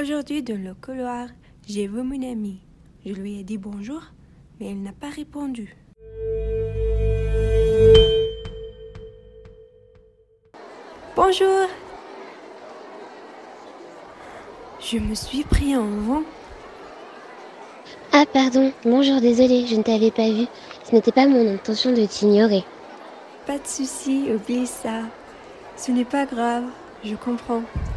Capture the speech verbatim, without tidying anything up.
Aujourd'hui, dans le couloir, j'ai vu mon amie. Je lui ai dit bonjour, mais elle n'a pas répondu. Bonjour! Je me suis pris en vent. Ah pardon, bonjour, désolée, je ne t'avais pas vu. Ce n'était pas mon intention de t'ignorer. Pas de souci, oublie ça. Ce n'est pas grave, je comprends.